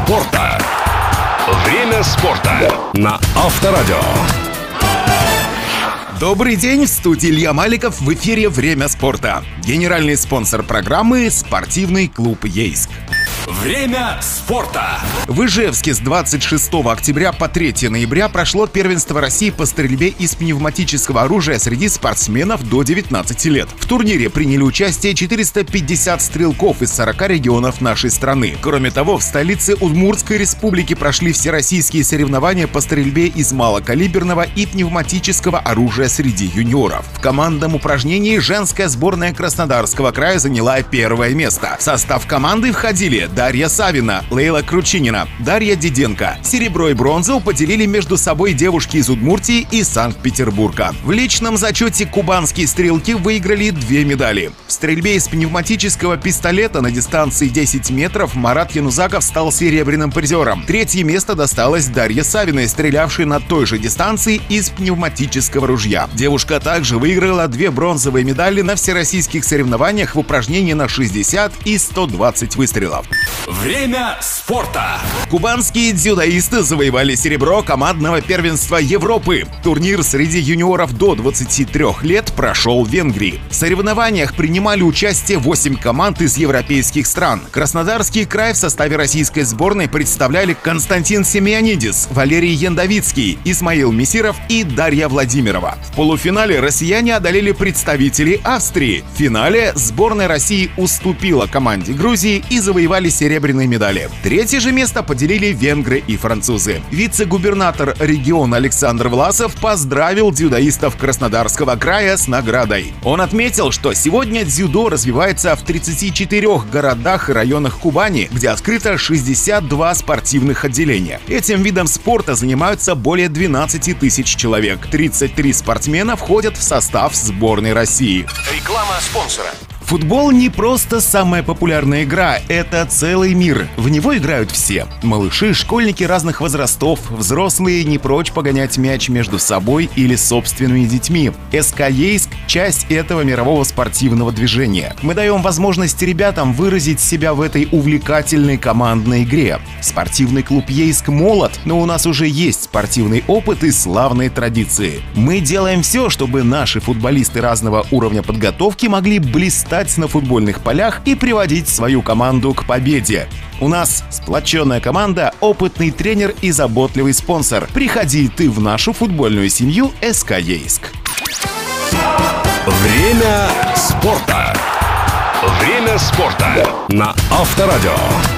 спорта. Время спорта на Авторадио. Добрый день, в студии Илья Маликов, в эфире «Время спорта». Генеральный спонсор программы — спортивный клуб «Ейск». Время спорта. В Ижевске с 26 октября по 3 ноября прошло первенство России по стрельбе из пневматического оружия среди спортсменов до 19 лет. В турнире приняли участие 450 стрелков из 40 регионов нашей страны. Кроме того, в столице Удмуртской республики прошли всероссийские соревнования по стрельбе из малокалиберного и пневматического оружия среди юниоров. В командном упражнении женская сборная Краснодарского края заняла первое место. В состав команды входили Дарья Савина, Лейла Кручинина, Дарья Диденко. Серебро и бронзу поделили между собой девушки из Удмуртии и Санкт-Петербурга. В личном зачете кубанские стрелки выиграли 2 медали. В стрельбе из пневматического пистолета на дистанции 10 метров Марат Янузаков стал серебряным призером. Третье место досталось Дарье Савиной, стрелявшей на той же дистанции из пневматического ружья. Девушка также выиграла 2 бронзовые медали на всероссийских соревнованиях в упражнении на 60 и 120 выстрелов. Время спорта. Кубанские дзюдоисты завоевали серебро командного первенства Европы. Турнир среди юниоров до 23 лет прошел в Венгрии. В соревнованиях принимали участие 8 команд из европейских стран. Краснодарский край в составе российской сборной представляли Константин Семенидис, Валерий Яндовицкий, Исмаил Месиров и Дарья Владимирова. В полуфинале россияне одолели представителей Австрии. В финале сборная России уступила команде Грузии и завоевали серебряные медали. Третье же место поделили венгры и французы. Вице-губернатор региона Александр Власов поздравил дзюдоистов Краснодарского края с наградой. Он отметил, что сегодня дзюдо развивается в 34 городах и районах Кубани, где открыто 62 спортивных отделения. Этим видом спорта занимаются более 12 тысяч человек. 33 спортсмена входят в состав сборной России. Реклама спонсора. Футбол не просто самая популярная игра, это целый мир. В него играют все. Малыши, школьники разных возрастов, взрослые не прочь погонять мяч между собой или собственными детьми. СК Ейск – часть этого мирового спортивного движения. Мы даем возможность ребятам выразить себя в этой увлекательной командной игре. Спортивный клуб Ейск молод, но у нас уже есть спортивный опыт и славные традиции. Мы делаем все, чтобы наши футболисты разного уровня подготовки могли блистать на футбольных полях и приводить свою команду к победе. У нас сплоченная команда, опытный тренер и заботливый спонсор. Приходи ты в нашу футбольную семью СК Ейск. Время спорта. Время спорта на Авторадио.